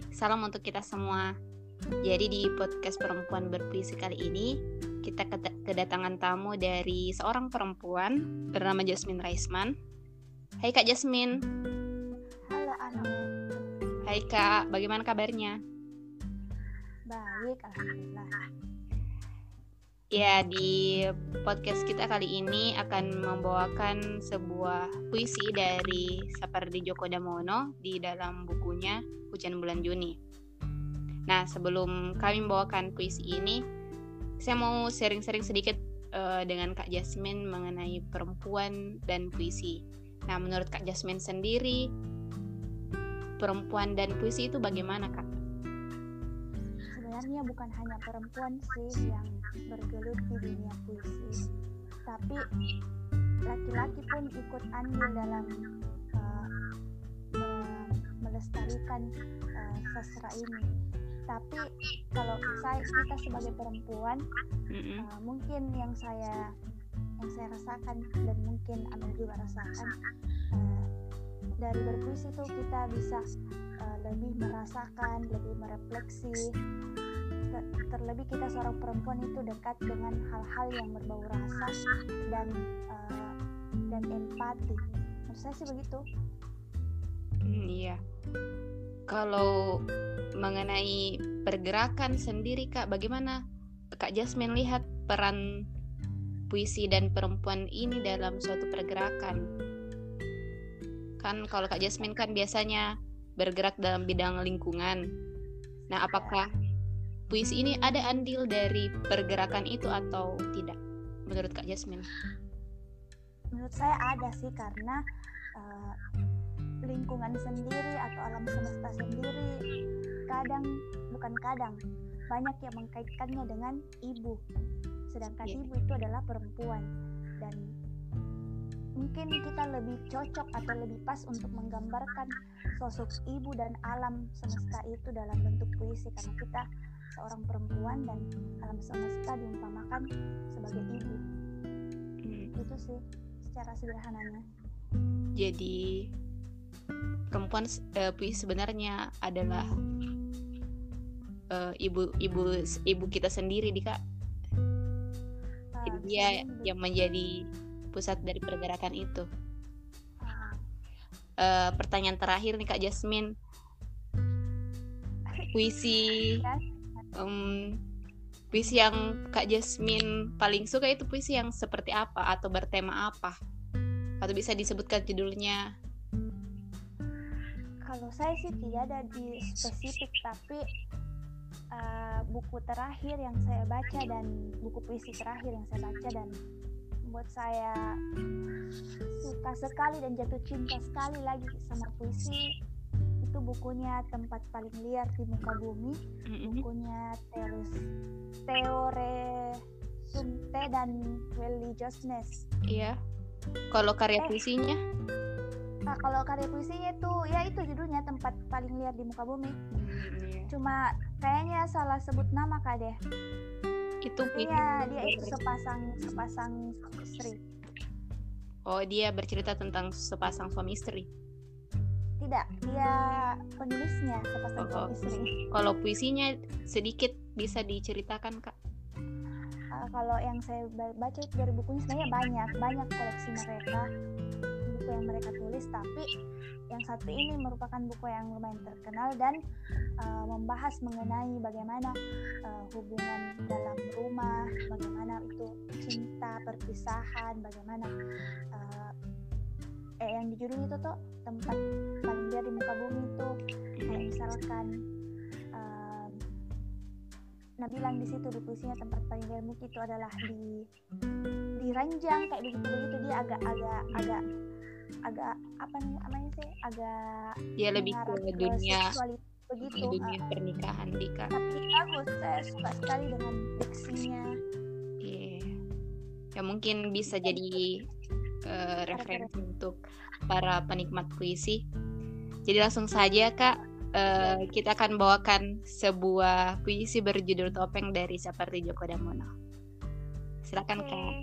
salam untuk kita semua. Jadi di podcast Perempuan Berpuisi kali ini kita kedatangan tamu dari seorang perempuan bernama Jasmine Raisman. Hai Kak Jasmine. Halo Anu. Hai Kak, bagaimana kabarnya? Baik, alhamdulillah. Ya, di podcast kita kali ini akan membawakan sebuah puisi dari Sapardi Djoko Damono di dalam bukunya Hujan Bulan Juni. Nah, sebelum kami membawakan puisi ini, saya mau sharing-sharing sedikit dengan Kak Jasmine mengenai perempuan dan puisi. Nah, menurut Kak Jasmine sendiri, perempuan dan puisi itu bagaimana, Kak? Sebenarnya bukan hanya perempuan sih yang bergelut di dunia puisi, tapi laki-laki pun ikut andil dalam melestarikan sastra ini. Tapi kalau kita sebagai perempuan, mungkin yang saya rasakan dan mungkin Amel juga rasakan, dari berpuisi itu kita bisa lebih merasakan, lebih merefleksi. Terlebih kita seorang perempuan itu dekat dengan hal-hal yang berbau rasa dan empati. Menurut saya sih begitu. Iya. Kalau mengenai pergerakan sendiri, Kak, bagaimana Kak Jasmine lihat peran puisi dan perempuan ini dalam suatu pergerakan? Kan kalau Kak Jasmine kan biasanya bergerak dalam bidang lingkungan. Nah, apakah puisi ini ada andil dari pergerakan itu atau tidak, menurut Kak Jasmine? Menurut saya ada sih, karena lingkungan sendiri atau alam semesta sendiri banyak yang mengkaitkannya dengan ibu, sedangkan ibu itu adalah perempuan, dan mungkin kita lebih cocok atau lebih pas untuk menggambarkan sosok ibu dan alam semesta itu dalam bentuk puisi, karena kita seorang perempuan dan alam semesta diumpamakan sebagai ibu. Itu sih secara sederhananya. Jadi perempuan puisi sebenarnya adalah ibu kita sendiri, Kak. Jadi dia yang menjadi pusat dari pergerakan itu. Pertanyaan terakhir nih Kak Jasmine, puisi puisi yang Kak Jasmine paling suka itu puisi yang seperti apa atau bertema apa? Atau bisa disebutkan judulnya? Kalau saya sih tidak ada di spesifik, tapi buku terakhir yang saya baca dan buku puisi terakhir yang saya baca dan membuat saya suka sekali dan jatuh cinta sekali lagi sama puisi itu bukunya Tempat Paling Liar di Muka Bumi, bukunya Teore Sumte dan Religiousness. Iya. Kalau karya puisinya? Kalau karya puisinya itu ya itu judulnya Tempat Paling Liar di Muka Bumi. Cuma kayaknya salah sebut nama Kak deh. Itu dia itu sepasang suami istri. Oh, dia bercerita tentang sepasang suami istri? Tidak, dia penulisnya sepasang suami istri. Kalau puisinya sedikit bisa diceritakan, Kak? Kalau yang saya baca itu dari bukunya sebenarnya banyak koleksi mereka, buku yang mereka tulis, tapi yang satu ini merupakan buku yang lumayan terkenal dan membahas mengenai bagaimana hubungan dalam rumah, bagaimana itu cinta, perpisahan, bagaimana yang di judul itu tuh Tempat Paling Liar di Muka Bumi itu kayak misalkan Nah bilang di situ di puisinya Tempat Paling Liar Muka itu adalah di ranjang kayak begitu dia agak apa namanya sih, agak dia lebih ke dunia begitu, dunia pernikahan Dika. Tapi bagus, saya suka sekali dengan diksinya. Ya mungkin bisa jadi referensi untuk para penikmat puisi. Jadi langsung saja Kak, kita akan bawakan sebuah puisi berjudul Topeng dari Sapardi Djoko Damono. Silakan Kak.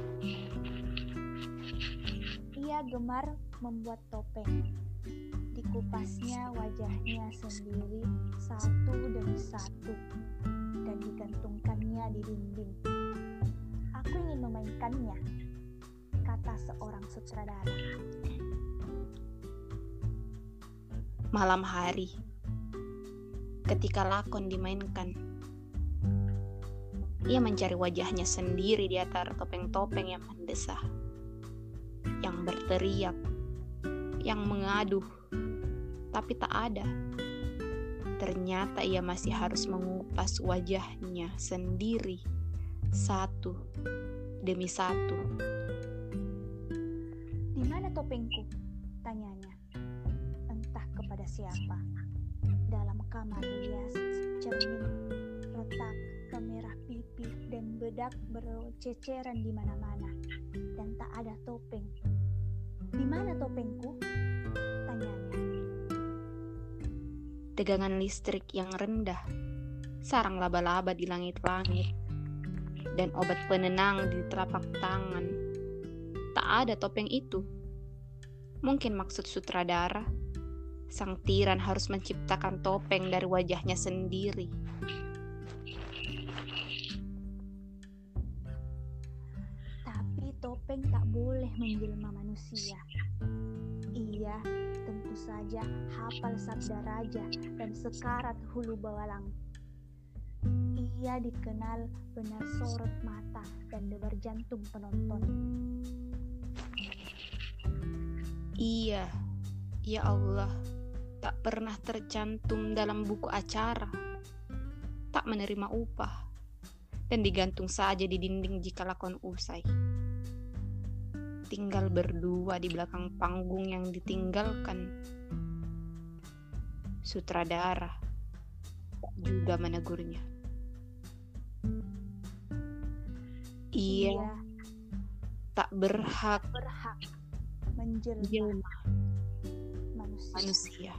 Ia gemar membuat topeng. Di dikupasnya wajahnya sendiri satu demi satu dan digantungkannya di dinding. Aku ingin memainkannya, kata seorang sutradara. Malam hari, ketika lakon dimainkan, ia mencari wajahnya sendiri di antara topeng-topeng yang mendesah, yang berteriak, yang mengaduh, tapi tak ada. Ternyata ia masih harus mengupas wajahnya sendiri, satu demi satu. Di mana topengku? Tanyanya. Entah kepada siapa. Dalam kamar rias, cermin, retak, kemerah pipi, dan bedak berceceran di mana-mana, dan tak ada topeng. Di mana topengku? Tanyanya. Tegangan listrik yang rendah, sarang laba-laba di langit-langit, dan obat penenang di telapak tangan. Tak ada topeng itu. Mungkin maksud sutradara, sang tiran harus menciptakan topeng dari wajahnya sendiri. Tapi topeng tak boleh menjelma manusia. Ia tentu saja hafal sabda raja dan sekarat hulu bawalang. Ia dikenal benar sorot mata dan debar jantung penonton. Iya, ya Allah, tak pernah tercantum dalam buku acara, tak menerima upah, dan digantung saja di dinding jika lakon usai. Tinggal berdua di belakang panggung yang ditinggalkan. Sutradara juga menegurnya. Ia tak berhak menjelma manusia.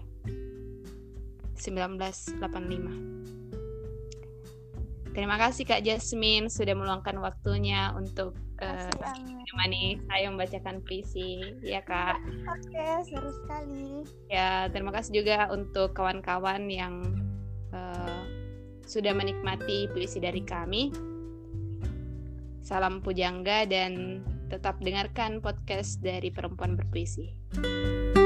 1985. Terima kasih Kak Jasmine sudah meluangkan waktunya untuk menemani saya membacakan puisi, ya Kak. Oke, seru sekali. Ya, terima kasih juga untuk kawan-kawan yang sudah menikmati puisi dari kami. Salam pujangga dan tetap dengarkan podcast dari Perempuan Berpuisi.